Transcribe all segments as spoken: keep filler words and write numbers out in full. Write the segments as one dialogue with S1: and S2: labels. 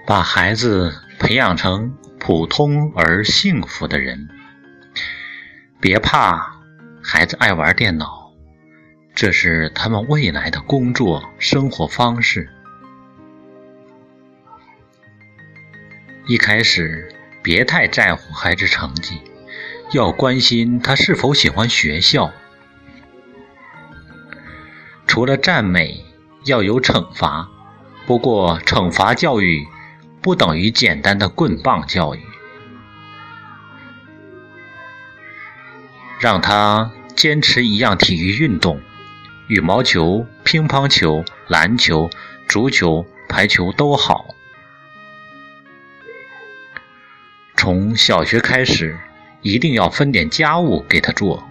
S1: 把孩子培养成普通而幸福的人。别怕孩子爱玩电脑，这是他们未来的工作生活方式。一开始别太在乎孩子成绩，要关心他是否喜欢学校。除了赞美，要有惩罚，不过惩罚教育不等于简单的棍棒教育。让他坚持一样体育运动，羽毛球、乒乓球、篮球、足球、排球都好。从小学开始，一定要分点家务给他做。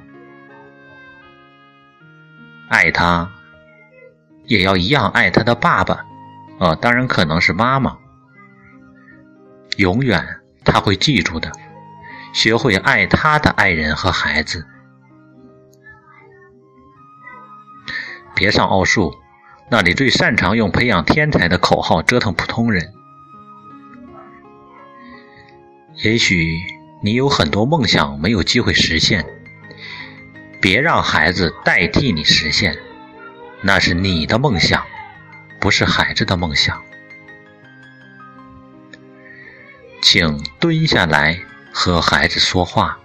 S1: 爱他，也要一样爱他的爸爸，呃，当然可能是妈妈。永远他会记住的，学会爱他的爱人和孩子。别上奥数，那里最擅长用培养天才的口号折腾普通人。也许你有很多梦想没有机会实现，别让孩子代替你实现，那是你的梦想，不是孩子的梦想。请蹲下来和孩子说话，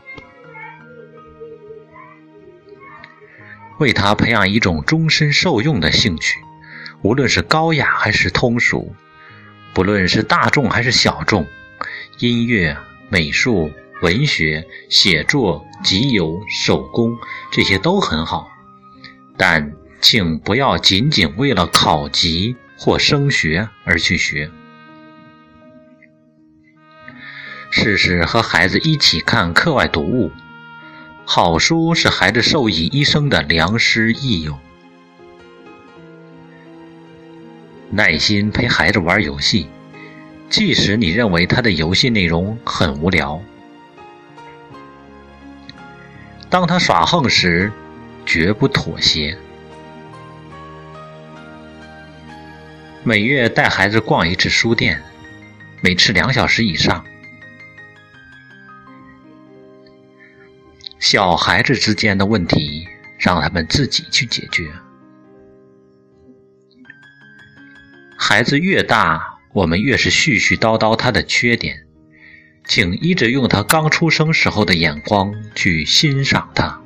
S1: 为他培养一种终身受用的兴趣，无论是高雅还是通俗，不论是大众还是小众，音乐、美术、文学、写作、集邮、手工，这些都很好，但请不要仅仅为了考级或升学而去学。试试和孩子一起看课外读物，好书是孩子受益一生的良师益友。耐心陪孩子玩游戏，即使你认为他的游戏内容很无聊。当他耍横时，绝不妥协。每月带孩子逛一次书店，每次两小时以上。小孩子之间的问题，让他们自己去解决。孩子越大，我们越是絮絮叨叨他的缺点，请一直用他刚出生时候的眼光去欣赏他。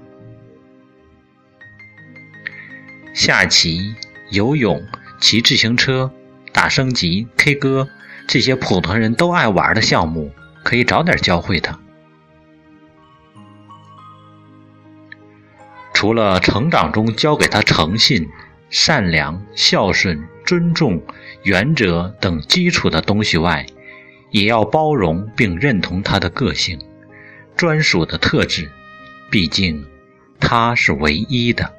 S1: 下棋、游泳、骑自行车、打升级、K 歌，这些普通人都爱玩的项目，可以早点教会他。除了成长中教给他诚信、善良、孝顺、尊重、原则等基础的东西外，也要包容并认同他的个性、专属的特质，毕竟他是唯一的。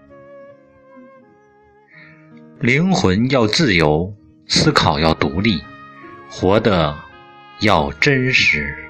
S1: 灵魂要自由，思考要独立，活得要真实。